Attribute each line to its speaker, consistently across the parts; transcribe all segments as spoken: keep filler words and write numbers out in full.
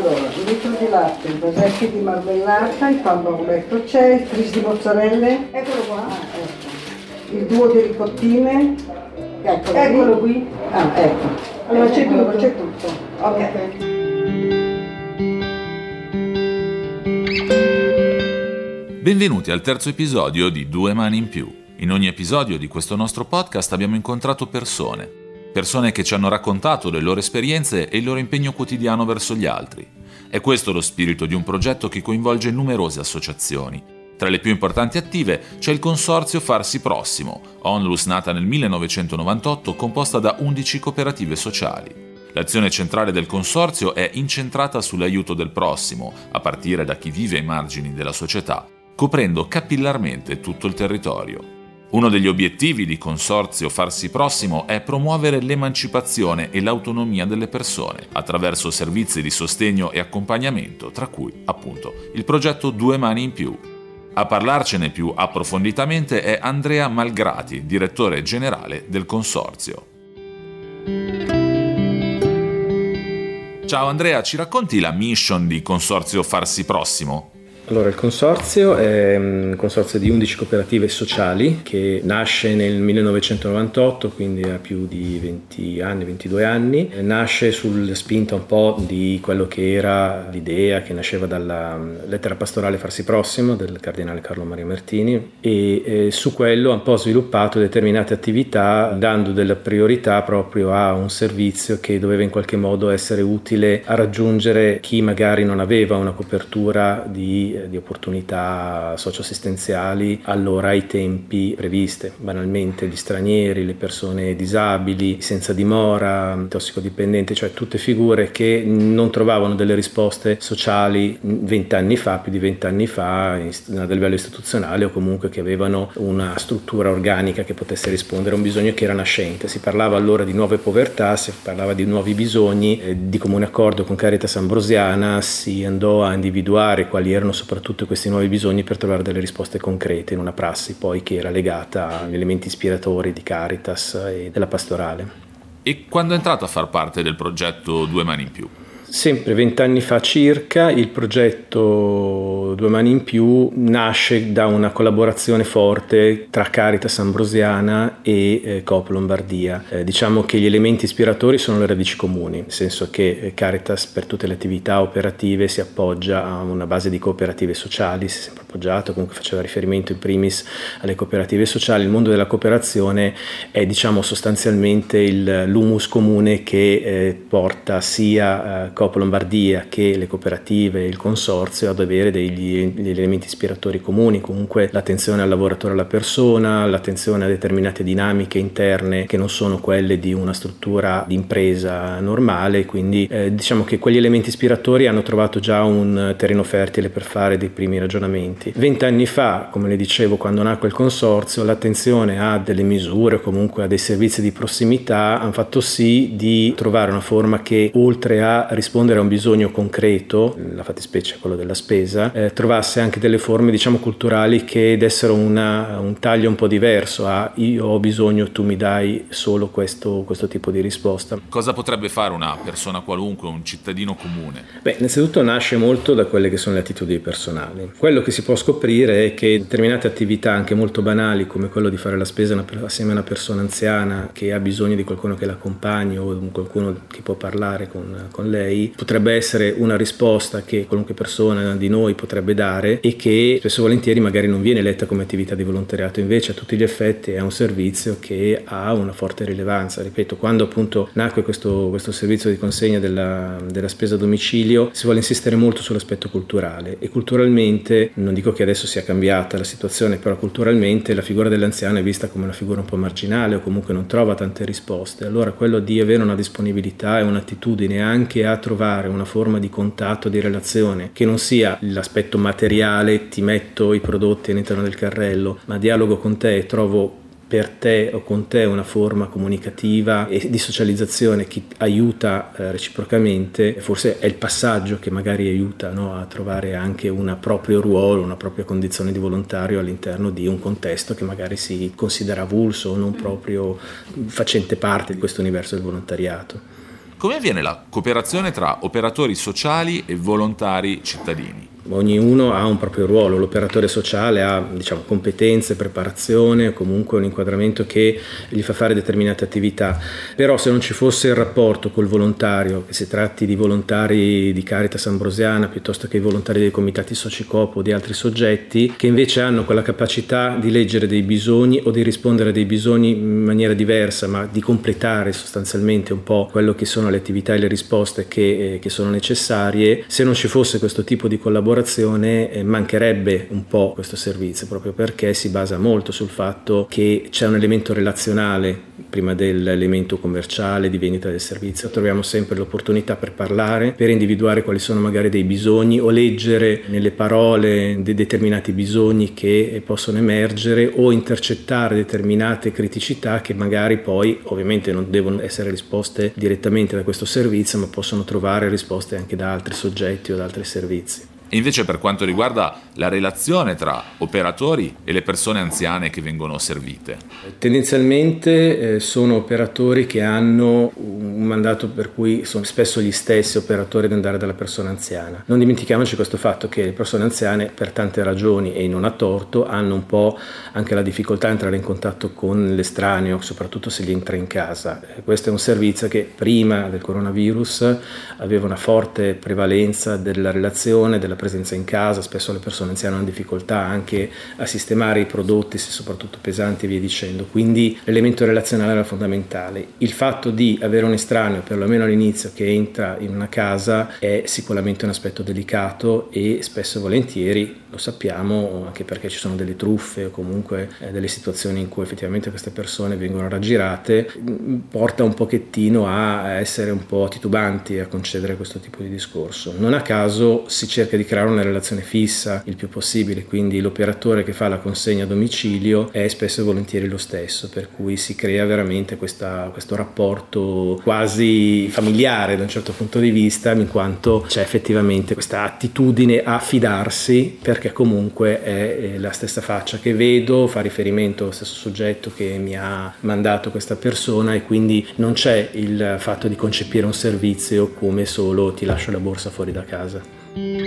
Speaker 1: Allora, un litro di latte, due secchi di marmellata, il pan bauletto c'è, il tris di mozzarelle. Eccolo qua. Ah, ecco. Il duo di ricottine. Eccolo,
Speaker 2: Eccolo qui.
Speaker 1: Ah, ecco.
Speaker 2: Allora c'è tutto.
Speaker 1: C'è tutto. Ok.
Speaker 2: Ok.
Speaker 3: Benvenuti al terzo episodio di Due Mani in Più. In ogni episodio di questo nostro podcast abbiamo incontrato persone. Persone che ci hanno raccontato le loro esperienze e il loro impegno quotidiano verso gli altri. È questo lo spirito di un progetto che coinvolge numerose associazioni. Tra le più importanti attive c'è il consorzio Farsi Prossimo, Onlus nata nel millenovecentonovantotto, composta da undici cooperative sociali. L'azione centrale del consorzio è incentrata sull'aiuto del prossimo, a partire da chi vive ai margini della società, coprendo capillarmente tutto il territorio. Uno degli obiettivi di Consorzio Farsi Prossimo è promuovere l'emancipazione e l'autonomia delle persone attraverso servizi di sostegno e accompagnamento, tra cui, appunto, il progetto Due Mani in Più. A parlarcene più approfonditamente è Andrea Malgrati, direttore generale del Consorzio. Ciao Andrea, ci racconti la mission di Consorzio Farsi Prossimo?
Speaker 4: Allora, il consorzio è un consorzio di undici cooperative sociali che nasce nel millenovecentonovantotto, quindi ha più di venti anni, ventidue anni. Nasce sulla spinta un po' di quello che era l'idea che nasceva dalla lettera pastorale Farsi Prossimo del cardinale Carlo Maria Martini e eh, su quello ha un po' sviluppato determinate attività dando della priorità proprio a un servizio che doveva in qualche modo essere utile a raggiungere chi magari non aveva una copertura di di opportunità socioassistenziali allora ai tempi previste. Banalmente gli stranieri, le persone disabili, senza dimora, tossicodipendenti, cioè tutte figure che non trovavano delle risposte sociali vent'anni fa, più di vent'anni fa, a livello istituzionale o comunque che avevano una struttura organica che potesse rispondere a un bisogno che era nascente. Si parlava allora di nuove povertà, si parlava di nuovi bisogni, eh, di comune accordo con Caritas Ambrosiana si andò a individuare quali erano soprattutto questi nuovi bisogni per trovare delle risposte concrete in una prassi poi che era legata agli elementi ispiratori di Caritas e della pastorale.
Speaker 3: E quando è entrato a far parte del progetto Due Mani in Più?
Speaker 4: Sempre vent'anni fa circa il progetto Due Mani in Più nasce da una collaborazione forte tra Caritas Ambrosiana e eh, Coop Lombardia. Eh, diciamo che gli elementi ispiratori sono le radici comuni, nel senso che Caritas per tutte le attività operative si appoggia a una base di cooperative sociali, si è sempre appoggiato, comunque faceva riferimento in primis alle cooperative sociali. Il mondo della cooperazione è diciamo sostanzialmente il, l'humus comune che eh, porta sia eh, Coop Lombardia che le cooperative e il consorzio ad avere degli, degli elementi ispiratori comuni, comunque l'attenzione al lavoratore e alla persona, l'attenzione a determinate dinamiche interne che non sono quelle di una struttura di impresa normale, quindi eh, diciamo che quegli elementi ispiratori hanno trovato già un terreno fertile per fare dei primi ragionamenti. Vent'anni fa, come le dicevo, quando nacque il consorzio, l'attenzione a delle misure o comunque a dei servizi di prossimità hanno fatto sì di trovare una forma che oltre a rispondere rispondere a un bisogno concreto, la fattispecie è quello della spesa, eh, trovasse anche delle forme diciamo culturali che dessero una, un taglio un po' diverso a io ho bisogno, tu mi dai solo questo, questo tipo di risposta.
Speaker 3: Cosa potrebbe fare una persona qualunque, un cittadino comune?
Speaker 4: Beh, innanzitutto nasce molto da quelle che sono le attitudini personali. Quello che si può scoprire è che determinate attività anche molto banali come quello di fare la spesa assieme a una persona anziana che ha bisogno di qualcuno che l'accompagni o qualcuno che può parlare con, con lei potrebbe essere una risposta che qualunque persona di noi potrebbe dare e che spesso e volentieri magari non viene letta come attività di volontariato, invece a tutti gli effetti è un servizio che ha una forte rilevanza. Ripeto, quando appunto nacque questo, questo servizio di consegna della, della spesa a domicilio si vuole insistere molto sull'aspetto culturale e culturalmente, non dico che adesso sia cambiata la situazione, però culturalmente la figura dell'anziano è vista come una figura un po' marginale o comunque non trova tante risposte. Allora quello di avere una disponibilità e un'attitudine anche a trovare una forma di contatto, di relazione che non sia l'aspetto materiale, ti metto i prodotti all'interno del carrello, ma dialogo con te e trovo per te o con te una forma comunicativa e di socializzazione che aiuta eh, reciprocamente, forse è il passaggio che magari aiuta, no, a trovare anche un proprio ruolo, una propria condizione di volontario all'interno di un contesto che magari si considera avulso o non proprio facente parte di questo universo del volontariato.
Speaker 3: Come avviene la cooperazione tra operatori sociali e volontari cittadini?
Speaker 4: Ognuno ha un proprio ruolo, l'operatore sociale ha, diciamo, competenze, preparazione, o comunque un inquadramento che gli fa fare determinate attività, però se non ci fosse il rapporto col volontario, che si tratti di volontari di Caritas Ambrosiana piuttosto che i volontari dei comitati Socicoop o di altri soggetti che invece hanno quella capacità di leggere dei bisogni o di rispondere a dei bisogni in maniera diversa, ma di completare sostanzialmente un po' quello che sono le attività e le risposte che, eh, che sono necessarie, se non ci fosse questo tipo di collaborazione eh, mancherebbe un po' questo servizio, proprio perché si basa molto sul fatto che c'è un elemento relazionale prima dell'elemento commerciale di vendita del servizio. Troviamo sempre l'opportunità per parlare, per individuare quali sono magari dei bisogni o leggere nelle parole dei determinati bisogni che possono emergere o intercettare determinate criticità che magari poi ovviamente non devono essere risposte direttamente da questo servizio, ma possono trovare risposte anche da altri soggetti o da altri servizi.
Speaker 3: E invece per quanto riguarda la relazione tra operatori e le persone anziane che vengono servite?
Speaker 4: Tendenzialmente eh, sono operatori che hanno un mandato per cui sono spesso gli stessi operatori ad andare dalla persona anziana. Non dimentichiamoci questo fatto che le persone anziane per tante ragioni e non a torto hanno un po' anche la difficoltà a entrare in contatto con l'estraneo, soprattutto se gli entra in casa. Eh, questo è un servizio che prima del coronavirus aveva una forte prevalenza della relazione, della presenza in casa. Spesso le persone anziane hanno difficoltà anche a sistemare i prodotti, se soprattutto pesanti e via dicendo, quindi l'elemento relazionale era fondamentale. Il fatto di avere un estraneo, perlomeno all'inizio, che entra in una casa è sicuramente un aspetto delicato e spesso e volentieri, lo sappiamo, anche perché ci sono delle truffe o comunque eh, delle situazioni in cui effettivamente queste persone vengono raggirate, porta un pochettino a essere un po' titubanti a concedere questo tipo di discorso. Non a caso si cerca di creare una relazione fissa il più possibile, quindi l'operatore che fa la consegna a domicilio è spesso e volentieri lo stesso, per cui si crea veramente questa, questo rapporto quasi familiare da un certo punto di vista, in quanto c'è effettivamente questa attitudine a fidarsi, perché comunque è la stessa faccia che vedo, fa riferimento allo stesso soggetto che mi ha mandato questa persona, e quindi non c'è il fatto di concepire un servizio come solo ti lascio la borsa fuori da casa.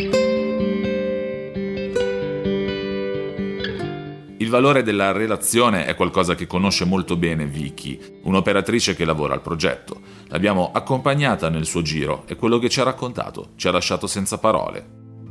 Speaker 3: Il valore della relazione è qualcosa che conosce molto bene Vicky, un'operatrice che lavora al progetto. L'abbiamo accompagnata nel suo giro e quello che ci ha raccontato ci ha lasciato senza parole.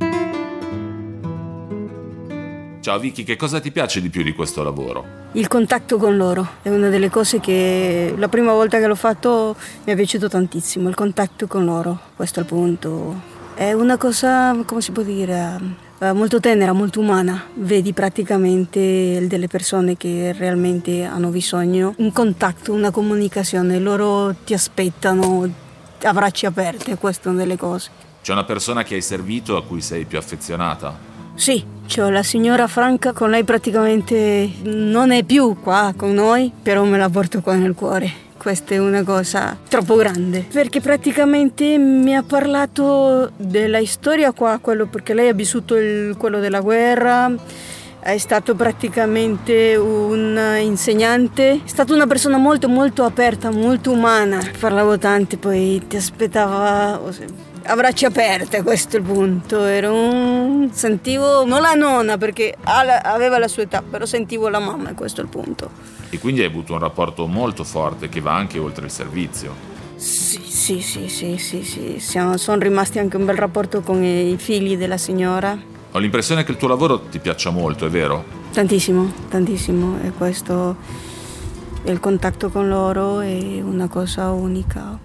Speaker 3: Ciao Vicky, che cosa ti piace di più di questo lavoro?
Speaker 2: Il contatto con loro è una delle cose che la prima volta che l'ho fatto mi è piaciuto tantissimo, il contatto con loro, questo è il punto. È una cosa, come si può dire, molto tenera, molto umana. Vedi praticamente delle persone che realmente hanno bisogno, un contatto, una comunicazione, loro ti aspettano a braccia aperte, questa è una delle cose.
Speaker 3: C'è una persona che hai servito a cui sei più affezionata?
Speaker 2: Sì, c'ho la signora Franca, con lei praticamente non è più qua con noi, però me la porto qua nel cuore. Questa è una cosa troppo grande, perché praticamente mi ha parlato della storia qua, quello perché lei ha vissuto il, quello della guerra, è stato praticamente un insegnante, è stata una persona molto molto aperta, molto umana. Parlavo tanto, poi ti aspettava a braccia aperte, questo è il punto. Era un... sentivo, non la nonna perché aveva la sua età, però sentivo la mamma, questo è il punto.
Speaker 3: E quindi hai avuto un rapporto molto forte che va anche oltre il servizio.
Speaker 2: Sì, sì, sì, sì, sì, sì. Siamo, sono rimasti anche un bel rapporto con i figli della signora.
Speaker 3: Ho l'impressione che il tuo lavoro ti piaccia molto, è vero?
Speaker 2: Tantissimo, tantissimo. E questo, il contatto con loro è una cosa unica.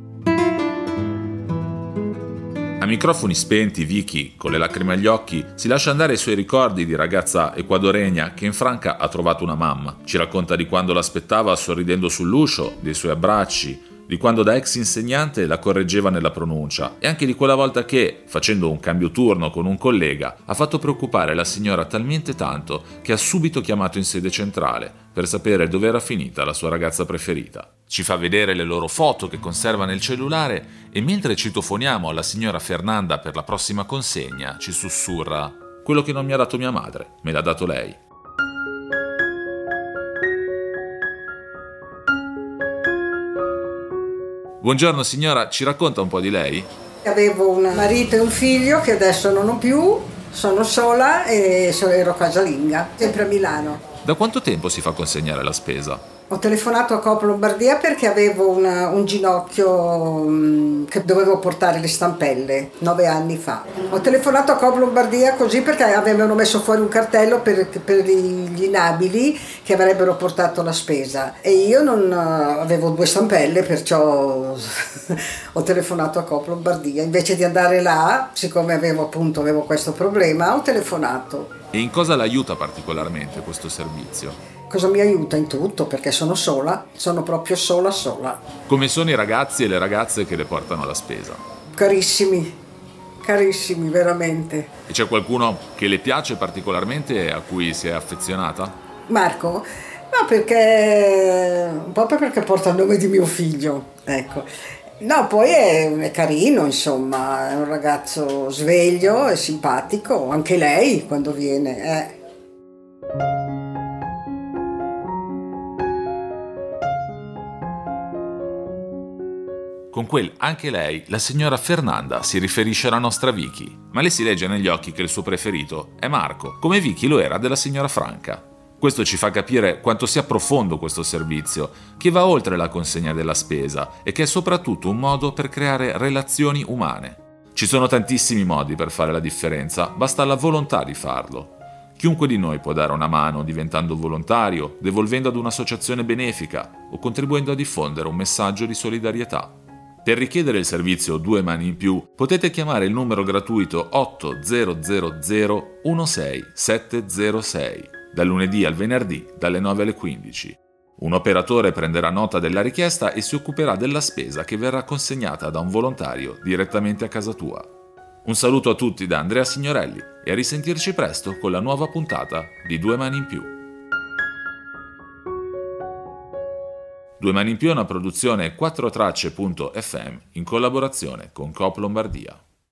Speaker 3: A microfoni spenti, Vicky, con le lacrime agli occhi, si lascia andare i suoi ricordi di ragazza ecuadoregna che in Franca ha trovato una mamma. Ci racconta di quando l'aspettava sorridendo sull'uscio, dei suoi abbracci, di quando da ex insegnante la correggeva nella pronuncia e anche di quella volta che, facendo un cambio turno con un collega, ha fatto preoccupare la signora talmente tanto che ha subito chiamato in sede centrale per sapere dove era finita la sua ragazza preferita. Ci fa vedere le loro foto che conserva nel cellulare e mentre citofoniamo alla signora Fernanda per la prossima consegna ci sussurra: quello che non mi ha dato mia madre, me l'ha dato lei. Buongiorno signora, ci racconta un po' di lei?
Speaker 1: Avevo un marito e un figlio che adesso non ho più, sono sola e so- ero casalinga, sempre a Milano.
Speaker 3: Da quanto tempo si fa consegnare la spesa?
Speaker 1: Ho telefonato a Coop Lombardia perché avevo una- un ginocchio mh, che dovevo portare le stampelle nove anni fa. Ho telefonato a Coop Lombardia così perché avevano messo fuori un cartello per, per gli inabili che avrebbero portato la spesa e io non eh, avevo due stampelle, perciò ho telefonato a Coop Lombardia. Invece di andare là, siccome avevo appunto avevo questo problema, ho telefonato.
Speaker 3: E in cosa l'aiuta particolarmente questo servizio?
Speaker 1: Cosa mi aiuta? In tutto, perché sono sola, sono proprio sola sola.
Speaker 3: Come sono i ragazzi e le ragazze che le portano la spesa?
Speaker 1: Carissimi, carissimi, veramente.
Speaker 3: E c'è qualcuno che le piace particolarmente e a cui si è affezionata?
Speaker 1: Marco? No, perché proprio perché porta il nome di mio figlio, ecco. No, poi è, è carino, insomma, è un ragazzo sveglio e simpatico, anche lei quando viene, eh.
Speaker 3: Con quel anche lei, la signora Fernanda si riferisce alla nostra Vicky, ma le si legge negli occhi che il suo preferito è Marco, come Vicky lo era della signora Franca. Questo ci fa capire quanto sia profondo questo servizio, che va oltre la consegna della spesa e che è soprattutto un modo per creare relazioni umane. Ci sono tantissimi modi per fare la differenza, basta la volontà di farlo. Chiunque di noi può dare una mano diventando volontario, devolvendo ad un'associazione benefica o contribuendo a diffondere un messaggio di solidarietà. Per richiedere il servizio Due Mani in Più potete chiamare il numero gratuito otto zero zero zero uno sei sette zero sei, dal lunedì al venerdì dalle nove alle quindici. Un operatore prenderà nota della richiesta e si occuperà della spesa che verrà consegnata da un volontario direttamente a casa tua. Un saluto a tutti da Andrea Signorelli e a risentirci presto con la nuova puntata di Due Mani in Più. Due Mani in Più è una produzione quattro tracce punto effe emme in collaborazione con Coop Lombardia.